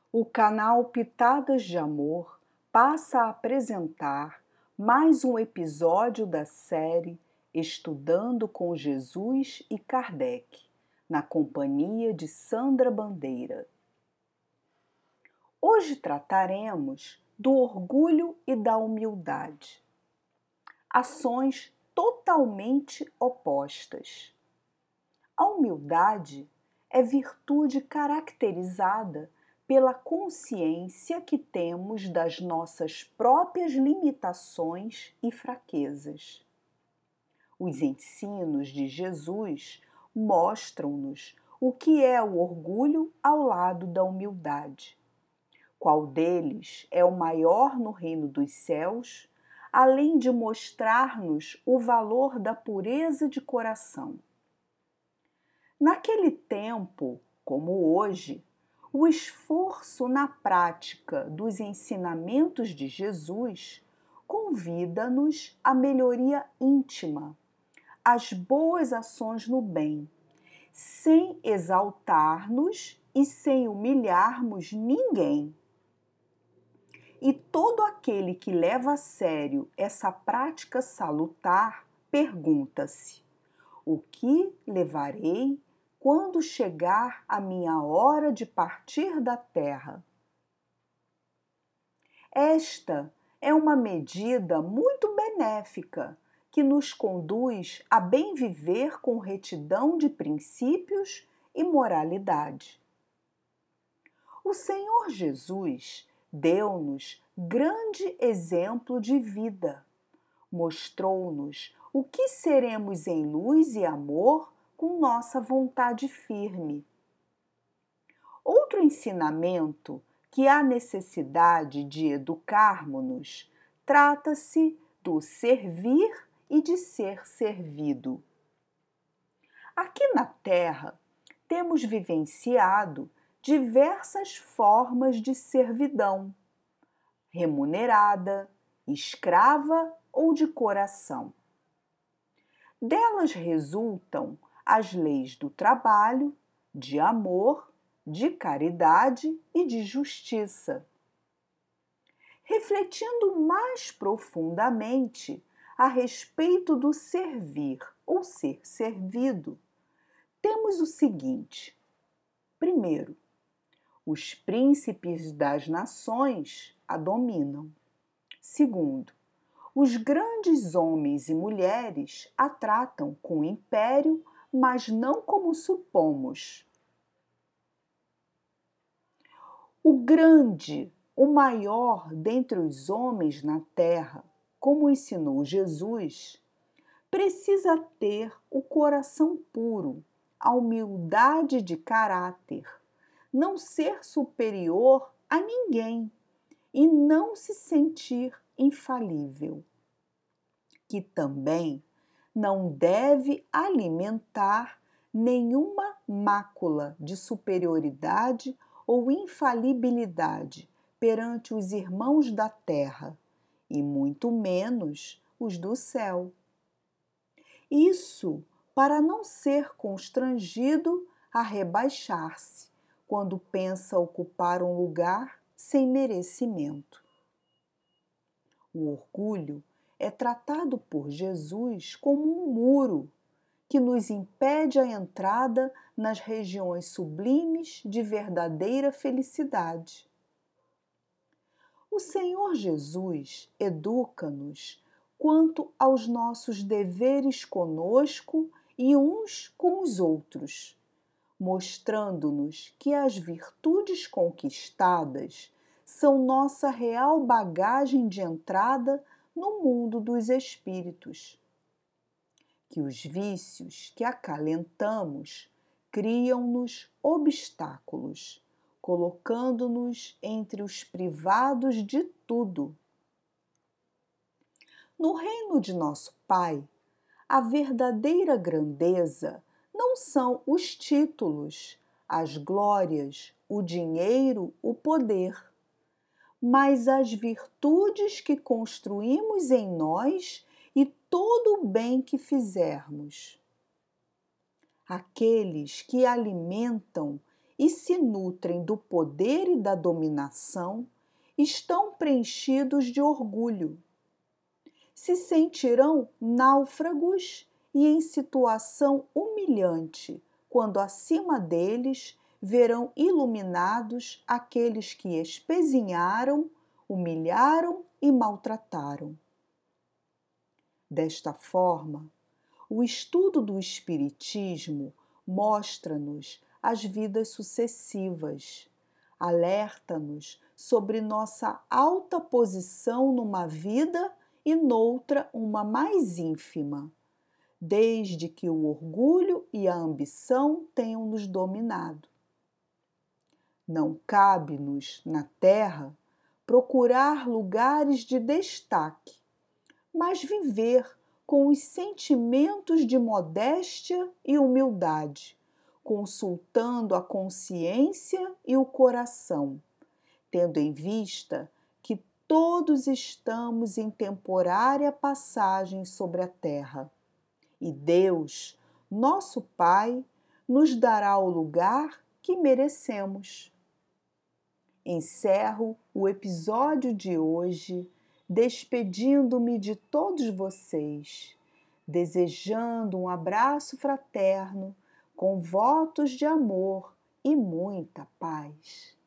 O canal Pitadas de Amor passa a apresentar mais um episódio da série Estudando com Jesus e Kardec, na companhia de Sandra Bandeira. Hoje trataremos do orgulho e da humildade, ações totalmente opostas. A humildade é virtude caracterizada pela consciência que temos das nossas próprias limitações e fraquezas. Os ensinos de Jesus mostram-nos o que é o orgulho ao lado da humildade. Qual deles é o maior no reino dos céus, além de mostrar-nos o valor da pureza de coração. Naquele tempo, como hoje, o esforço na prática dos ensinamentos de Jesus convida-nos à melhoria íntima, às boas ações no bem, sem exaltar-nos e sem humilharmos ninguém. E todo aquele que leva a sério essa prática salutar pergunta-se: o que levarei quando chegar a minha hora de partir da terra? Esta é uma medida muito benéfica que nos conduz a bem viver com retidão de princípios e moralidade. O Senhor Jesus deu-nos grande exemplo de vida, mostrou-nos o que seremos em luz e amor com nossa vontade firme. Outro ensinamento que há necessidade de educarmos-nos trata-se do servir e de ser servido. Aqui na Terra, temos vivenciado diversas formas de servidão, remunerada, escrava ou de coração. Delas resultam as leis do trabalho, de amor, de caridade e de justiça. Refletindo mais profundamente a respeito do servir ou ser servido, temos o seguinte: primeiro, os príncipes das nações a dominam. Segundo, os grandes homens e mulheres a tratam com império, mas não como supomos. O grande, o maior dentre os homens na terra, como ensinou Jesus, precisa ter o coração puro, a humildade de caráter, não ser superior a ninguém e não se sentir infalível, que também não deve alimentar nenhuma mácula de superioridade ou infalibilidade perante os irmãos da terra, e muito menos os do céu. Isso para não ser constrangido a rebaixar-se quando pensa ocupar um lugar sem merecimento. O orgulho é tratado por Jesus como um muro que nos impede a entrada nas regiões sublimes de verdadeira felicidade. O Senhor Jesus educa-nos quanto aos nossos deveres conosco e uns com os outros, mostrando-nos que as virtudes conquistadas são nossa real bagagem de entrada no mundo dos espíritos. Que os vícios que acalentamos criam-nos obstáculos, colocando-nos entre os privados de tudo. No reino de nosso Pai, a verdadeira grandeza não são os títulos, as glórias, o dinheiro, o poder, mas as virtudes que construímos em nós e todo o bem que fizermos. Aqueles que alimentam e se nutrem do poder e da dominação estão preenchidos de orgulho. Se sentirão náufragos e em situação humilhante, quando acima deles verão iluminados aqueles que espezinharam, humilharam e maltrataram. Desta forma, o estudo do Espiritismo mostra-nos as vidas sucessivas, alerta-nos sobre nossa alta posição numa vida e noutra uma mais ínfima, desde que o orgulho e a ambição tenham nos dominado. Não cabe-nos, na terra, procurar lugares de destaque, mas viver com os sentimentos de modéstia e humildade, consultando a consciência e o coração, tendo em vista que todos estamos em temporária passagem sobre a terra. E Deus, nosso Pai, nos dará o lugar que merecemos. Encerro o episódio de hoje despedindo-me de todos vocês, desejando um abraço fraterno com votos de amor e muita paz.